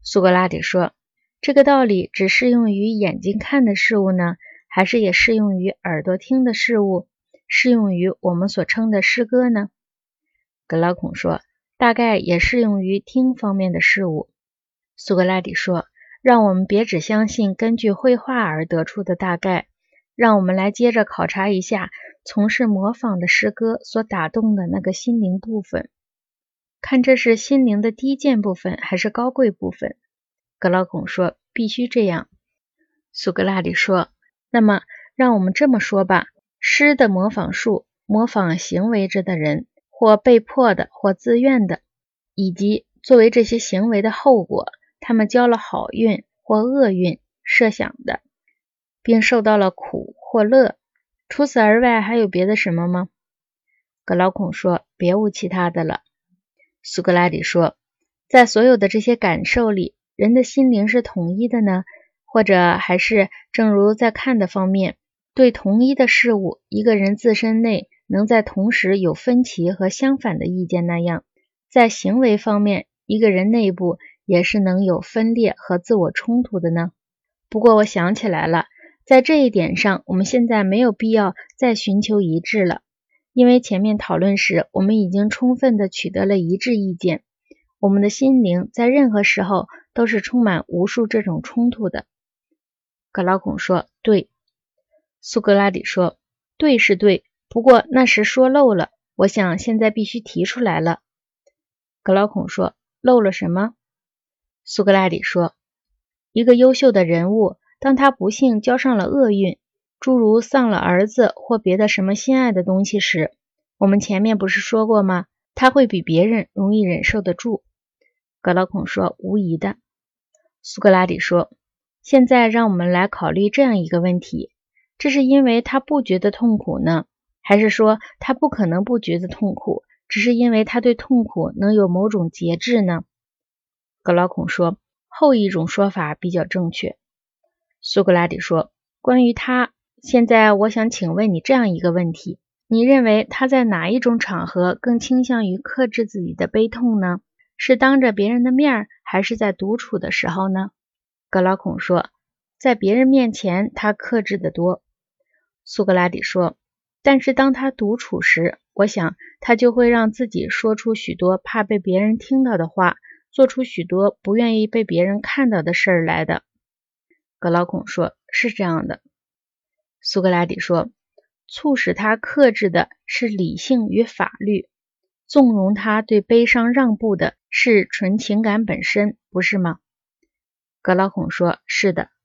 苏格拉底说，这个道理只适用于眼睛看的事物呢，还是也适用于耳朵听的事物，适用于我们所称的诗歌呢？格劳孔说，大概也适用于听方面的事物。苏格拉底说，让我们别只相信根据绘画而得出的大概，让我们来接着考察一下从事模仿的诗歌所打动的那个心灵部分，看这是心灵的低贱部分还是高贵部分。格劳孔说，必须这样。苏格拉底说，那么让我们这么说吧，诗的模仿术模仿行为着的人，或被迫的或自愿的，以及作为这些行为的后果，他们交了好运或厄运设想的，并受到了苦或乐。除此而外还有别的什么吗？格劳孔说，别无其他的了。苏格拉底说，在所有的这些感受里，人的心灵是统一的呢，或者还是正如在看的方面，对同一的事物，一个人自身内能在同时有分歧和相反的意见那样，在行为方面，一个人内部也是能有分裂和自我冲突的呢？不过我想起来了，在这一点上，我们现在没有必要再寻求一致了，因为前面讨论时，我们已经充分地取得了一致意见。我们的心灵在任何时候都是充满无数这种冲突的。格劳孔说，对。苏格拉底说，对是对，不过那时说漏了，我想现在必须提出来了。格劳孔说，漏了什么？苏格拉底说，一个优秀的人物，当他不幸交上了厄运，诸如丧了儿子或别的什么心爱的东西时，我们前面不是说过吗？他会比别人容易忍受得住。格劳孔说，无疑的。苏格拉底说，现在让我们来考虑这样一个问题，这是因为他不觉得痛苦呢，还是说他不可能不觉得痛苦，只是因为他对痛苦能有某种节制呢？格劳孔说，后一种说法比较正确。苏格拉底说，关于他，现在我想请问你这样一个问题，你认为他在哪一种场合更倾向于克制自己的悲痛呢？是当着别人的面，还是在独处的时候呢？格劳孔说，在别人面前他克制得多。苏格拉底说，但是当他独处时，我想他就会让自己说出许多怕被别人听到的话，做出许多不愿意被别人看到的事儿来的。格劳孔说，是这样的。苏格拉底说，促使他克制的是理性与法律，纵容他对悲伤让步的是纯情感本身，不是吗？格劳孔说，是的。